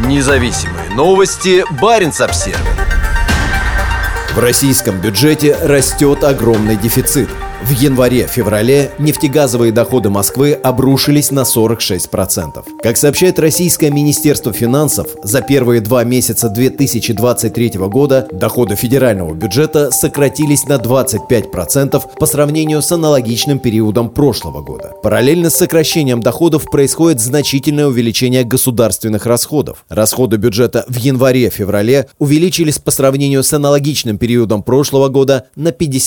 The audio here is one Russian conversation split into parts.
Независимые новости. Баренц-Обсервис. В российском бюджете растет огромный дефицит. В январе-феврале нефтегазовые доходы Москвы обрушились на 46%. Как сообщает Российское Министерство финансов, за первые 2 месяца 2023 года доходы федерального бюджета сократились на 25% по сравнению с аналогичным периодом прошлого года. Параллельно с сокращением доходов происходит значительное увеличение государственных расходов. Расходы бюджета в январе-феврале увеличились по сравнению с аналогичным периодом прошлого года на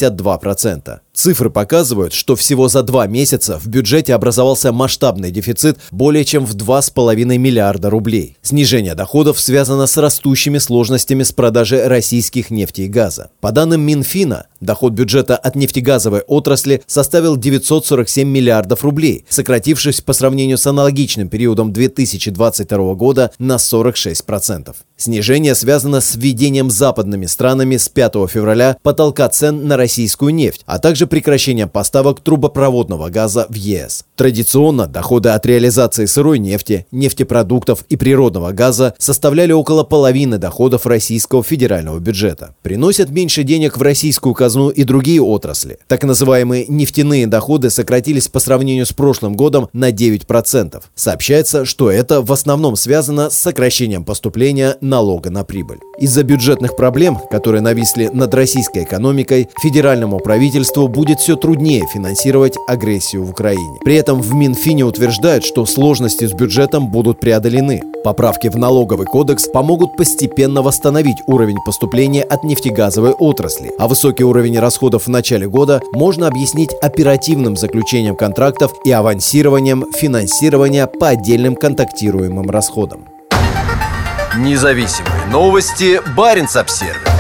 52%. Цифры показывают, что всего за 2 месяца в бюджете образовался масштабный дефицит более чем в 2,5 миллиарда рублей. Снижение доходов связано с растущими сложностями с продажей российских нефти и газа. По данным Минфина, доход бюджета от нефтегазовой отрасли составил 947 миллиардов рублей, сократившись по сравнению с аналогичным периодом 2022 года на 46%. Снижение связано с введением западными странами с 5 февраля потолка цен на российскую нефть, а также прекращением поставок трубопроводного газа в ЕС. Традиционно доходы от реализации сырой нефти, нефтепродуктов и природного газа составляли около половины доходов российского федерального бюджета. Приносят меньше денег в российскую казну и другие отрасли. Так называемые нефтяные доходы сократились по сравнению с прошлым годом на 9%. Сообщается, что это в основном связано с сокращением поступления налога на прибыль. Из-за бюджетных проблем, которые нависли над российской экономикой, федеральному правительству будет все труднее финансировать агрессию в Украине. При этом в Минфине утверждают, что сложности с бюджетом будут преодолены. Поправки в налоговый кодекс помогут постепенно восстановить уровень поступления от нефтегазовой отрасли, а высокий уровень расходов в начале года можно объяснить оперативным заключением контрактов и авансированием финансирования по отдельным контактируемым расходам. Независимые новости. Баренц-Обсервис.